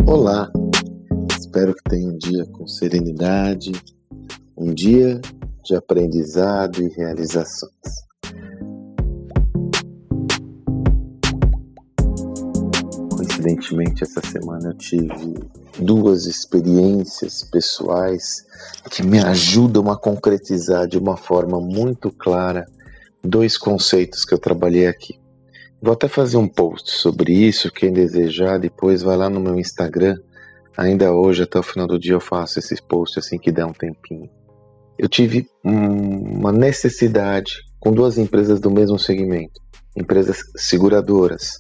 Olá, espero que tenha um dia com serenidade, um dia de aprendizado e realizações. Coincidentemente, essa semana eu tive 2 experiências pessoais que me ajudam a concretizar de uma forma muito clara 2 conceitos que eu trabalhei aqui. Vou até fazer um post sobre isso, quem desejar depois vai lá no meu Instagram. Ainda hoje, até o final do dia, eu faço esses posts assim que der um tempinho. Eu tive uma necessidade com 2 empresas do mesmo segmento, empresas seguradoras,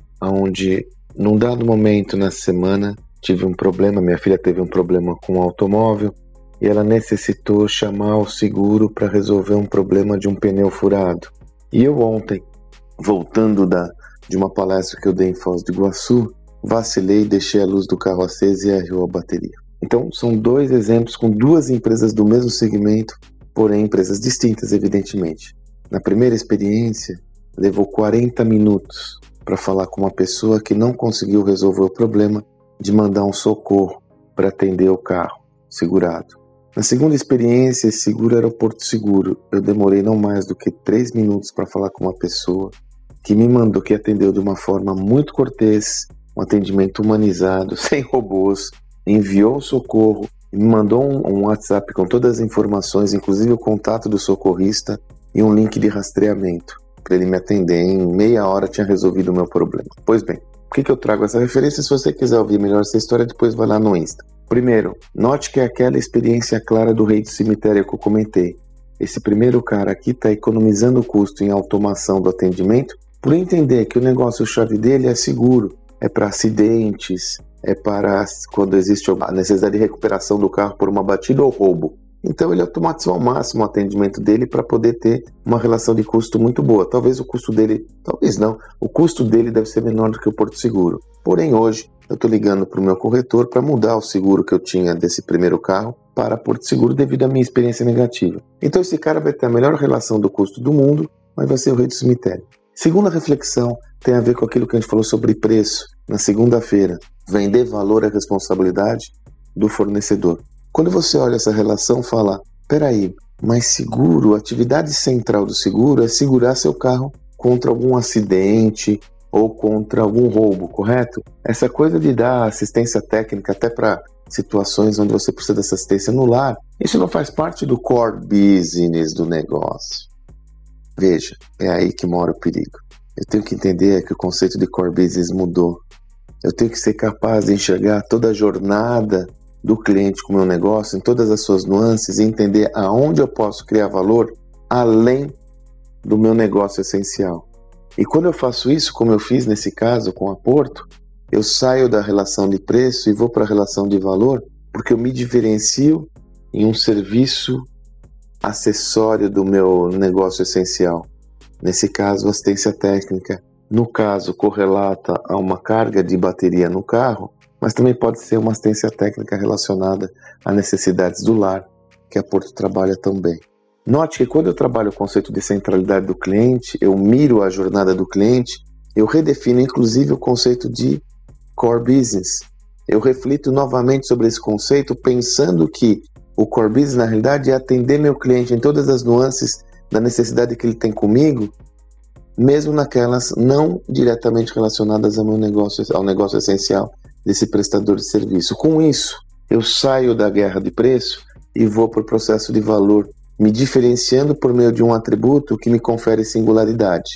onde num dado momento na semana tive um problema, minha filha teve um problema com o automóvel e ela necessitou chamar o seguro para resolver um problema de um pneu furado. E eu ontem, voltando de uma palestra que eu dei em Foz do Iguaçu, vacilei, deixei a luz do carro acesa e arriou a bateria. Então, são 2 exemplos com 2 empresas do mesmo segmento, porém empresas distintas, evidentemente. Na primeira experiência, levou 40 minutos para falar com uma pessoa que não conseguiu resolver o problema de mandar um socorro para atender o carro segurado. Na segunda experiência, esse seguro era o Porto Seguro. Eu demorei não mais do que 3 minutos para falar com uma pessoa que me mandou, que atendeu de uma forma muito cortês, um atendimento humanizado, sem robôs, enviou o socorro, me mandou um WhatsApp com todas as informações, inclusive o contato do socorrista e um link de rastreamento, para ele me atender. Em meia hora tinha resolvido o meu problema. Pois bem, por que eu trago essa referência? Se você quiser ouvir melhor essa história, depois vai lá no Insta. Primeiro, note que é aquela experiência clara do rei do cemitério que eu comentei. Esse primeiro cara aqui está economizando o custo em automação do atendimento por entender que o negócio-chave dele é seguro, é para acidentes, é para quando existe a necessidade de recuperação do carro por uma batida ou roubo. Então ele automatizou ao máximo o atendimento dele para poder ter uma relação de custo muito boa. Talvez o custo dele, talvez não, o custo dele deve ser menor do que o Porto Seguro. Porém hoje eu estou ligando para o meu corretor para mudar o seguro que eu tinha desse primeiro carro para Porto Seguro devido à minha experiência negativa. Então esse cara vai ter a melhor relação do custo do mundo, mas vai ser o rei do cemitério. Segunda reflexão tem a ver com aquilo que a gente falou sobre preço na segunda-feira. Vender valor é responsabilidade do fornecedor. Quando você olha essa relação, fala, peraí, mas seguro, a atividade central do seguro é segurar seu carro contra algum acidente ou contra algum roubo, correto? Essa coisa de dar assistência técnica até para situações onde você precisa dessa assistência no lar, isso não faz parte do core business do negócio. Veja, é aí que mora o perigo. Eu tenho que entender que o conceito de core business mudou. Eu tenho que ser capaz de enxergar toda a jornada do cliente com o meu negócio, em todas as suas nuances, e entender aonde eu posso criar valor além do meu negócio essencial. E quando eu faço isso, como eu fiz nesse caso com a Porto, eu saio da relação de preço e vou para a relação de valor, porque eu me diferencio em um serviço acessório do meu negócio essencial. Nesse caso, assistência técnica. No caso, correlata a uma carga de bateria no carro, mas também pode ser uma assistência técnica relacionada a necessidades do lar, que a Porto trabalha também. Note que quando eu trabalho o conceito de centralidade do cliente, eu miro a jornada do cliente, eu redefino inclusive o conceito de core business. Eu reflito novamente sobre esse conceito, pensando que o core business, na realidade, é atender meu cliente em todas as nuances da necessidade que ele tem comigo, mesmo naquelas não diretamente relacionadas ao negócio essencial desse prestador de serviço. Com isso, eu saio da guerra de preço e vou para o processo de valor, me diferenciando por meio de um atributo que me confere singularidade.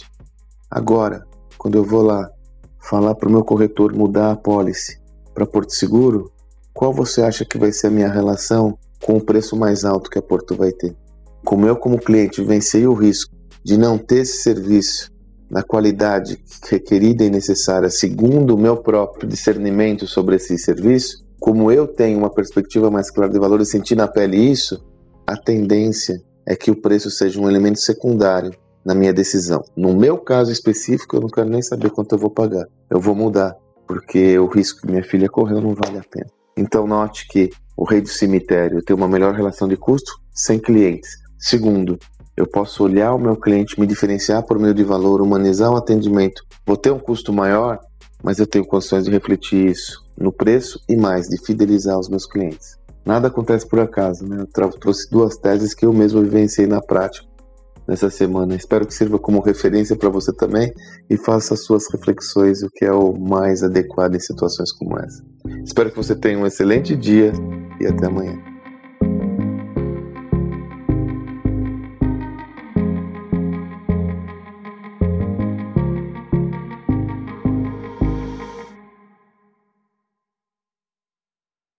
Agora, quando eu vou lá falar para o meu corretor mudar a pólice para Porto Seguro, qual você acha que vai ser a minha relação com o preço mais alto que a Porto vai ter? Como cliente, venci o risco de não ter esse serviço na qualidade requerida e necessária, segundo o meu próprio discernimento sobre esse serviço, como eu tenho uma perspectiva mais clara de valor e senti na pele isso, a tendência é que o preço seja um elemento secundário na minha decisão. No meu caso específico, eu não quero nem saber quanto eu vou pagar. Eu vou mudar, porque o risco que minha filha correu não vale a pena. Então note que o rei do cemitério tem uma melhor relação de custo sem clientes. Segundo, eu posso olhar o meu cliente, me diferenciar por meio de valor, humanizar o atendimento. Vou ter um custo maior, mas eu tenho condições de refletir isso no preço e mais, de fidelizar os meus clientes. Nada acontece por acaso, né? Eu trouxe 2 teses que eu mesmo vivenciei na prática nessa semana. Espero que sirva como referência para você também e faça as suas reflexões, o que é o mais adequado em situações como essa. Espero que você tenha um excelente dia e até amanhã.